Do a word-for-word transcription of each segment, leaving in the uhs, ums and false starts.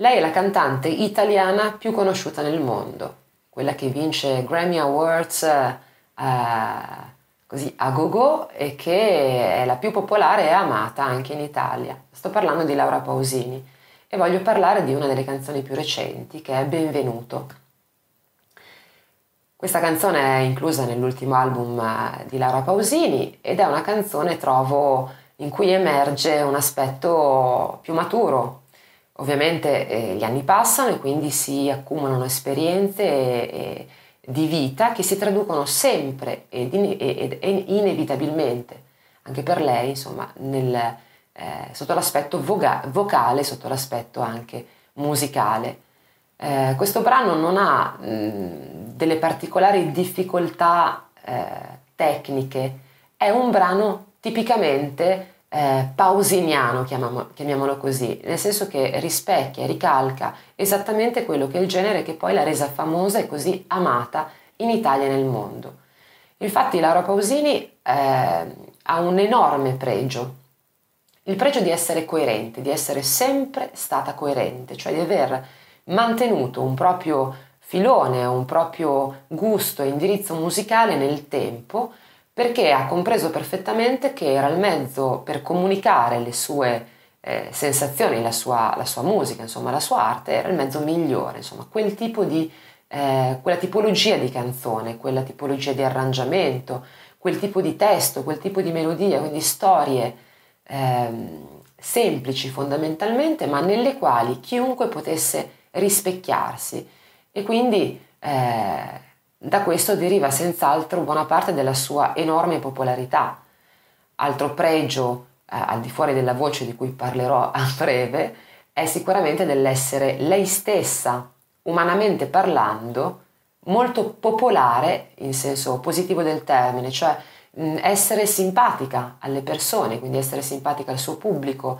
Lei è la cantante italiana più conosciuta nel mondo, quella che vince Grammy Awards eh, così a go-go e che è la più popolare e amata anche in Italia. Sto parlando di Laura Pausini e voglio parlare di una delle canzoni più recenti, che è Benvenuto. Questa canzone è inclusa nell'ultimo album di Laura Pausini ed è una canzone, trovo, in cui emerge un aspetto più maturo. Ovviamente eh, gli anni passano e quindi si accumulano esperienze e, e, di vita che si traducono sempre ed, in, ed, ed inevitabilmente, anche per lei, insomma, nel, eh, sotto l'aspetto voga- vocale, sotto l'aspetto anche musicale. Eh, questo brano non ha mh, delle particolari difficoltà eh, tecniche, è un brano tipicamente eh, pausiniano, chiamiamolo, chiamiamolo così, nel senso che rispecchia, ricalca esattamente quello che è il genere che poi l'ha resa famosa e così amata in Italia e nel mondo. Infatti Laura Pausini eh, ha un enorme pregio, il pregio di essere coerente, di essere sempre stata coerente, cioè di aver mantenuto un proprio filone, un proprio gusto e indirizzo musicale nel tempo, perché ha compreso perfettamente che era il mezzo per comunicare le sue eh, sensazioni, la sua, la sua musica, insomma la sua arte, era il mezzo migliore, insomma quel tipo di, eh, quella tipologia di canzone, quella tipologia di arrangiamento, quel tipo di testo, quel tipo di melodia, quindi storie ehm, semplici fondamentalmente, ma nelle quali chiunque potesse rispecchiarsi e quindi eh, da questo deriva senz'altro buona parte della sua enorme popolarità. Altro pregio, eh, al di fuori della voce di cui parlerò a breve, è sicuramente dell'essere lei stessa, umanamente parlando, molto popolare in senso positivo del termine, cioè mh, essere simpatica alle persone, quindi essere simpatica al suo pubblico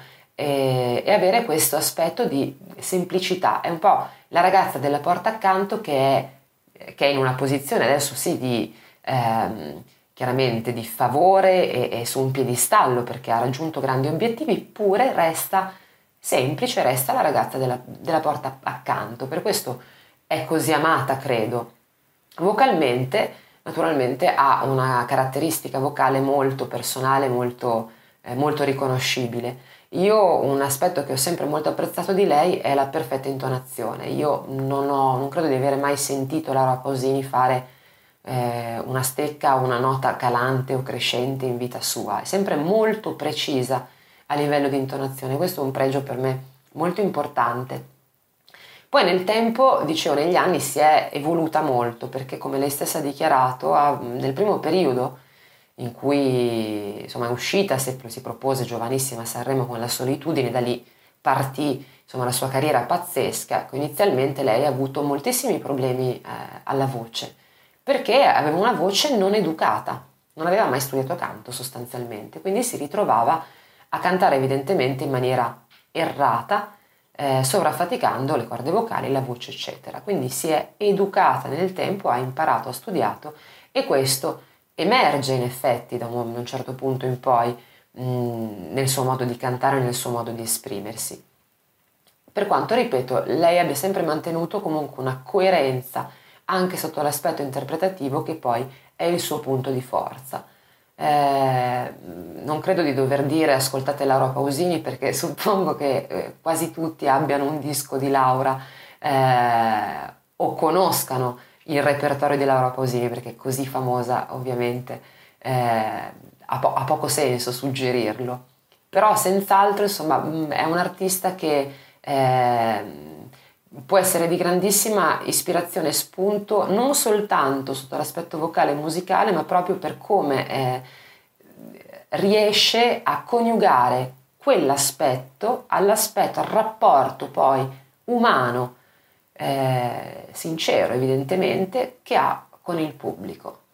e, e avere questo aspetto di semplicità. È un po' la ragazza della porta accanto che è che è in una posizione adesso sì di ehm, chiaramente di favore e, e su un piedistallo perché ha raggiunto grandi obiettivi, pure resta semplice, resta la ragazza della, della porta accanto, per questo è così amata, credo. Vocalmente, naturalmente, ha una caratteristica vocale molto personale, molto, eh, molto riconoscibile. Io un aspetto che ho sempre molto apprezzato di lei è la perfetta intonazione. Io non, ho, non credo di aver mai sentito Laura Pausini fare eh, una stecca o una nota calante o crescente in vita sua. È sempre molto precisa a livello di intonazione. Questo è un pregio per me molto importante. Poi nel tempo, dicevo, negli anni si è evoluta molto perché, come lei stessa ha dichiarato, a, nel primo periodo in cui insomma è uscita, si, si propose giovanissima a Sanremo con La Solitudine, da lì partì insomma la sua carriera pazzesca. Inizialmente lei ha avuto moltissimi problemi eh, alla voce perché aveva una voce non educata, non aveva mai studiato canto sostanzialmente, quindi si ritrovava a cantare evidentemente in maniera errata, eh, sovraffaticando le corde vocali, la voce eccetera. Quindi si è educata nel tempo, ha imparato, ha studiato e questo emerge in effetti da un, da un certo punto in poi mh, nel suo modo di cantare, nel suo modo di esprimersi. Per quanto, ripeto, lei abbia sempre mantenuto comunque una coerenza anche sotto l'aspetto interpretativo che poi è il suo punto di forza. Eh, non credo di dover dire ascoltate Laura Pausini perché suppongo che eh, quasi tutti abbiano un disco di Laura eh, o conoscano il repertorio di Laura Pausini perché è così famosa ovviamente eh, ha, po- ha poco senso suggerirlo, però senz'altro insomma è un artista che eh, può essere di grandissima ispirazione e spunto non soltanto sotto l'aspetto vocale e musicale ma proprio per come eh, riesce a coniugare quell'aspetto all'aspetto, al rapporto poi umano eh, sincero evidentemente che ha con il pubblico.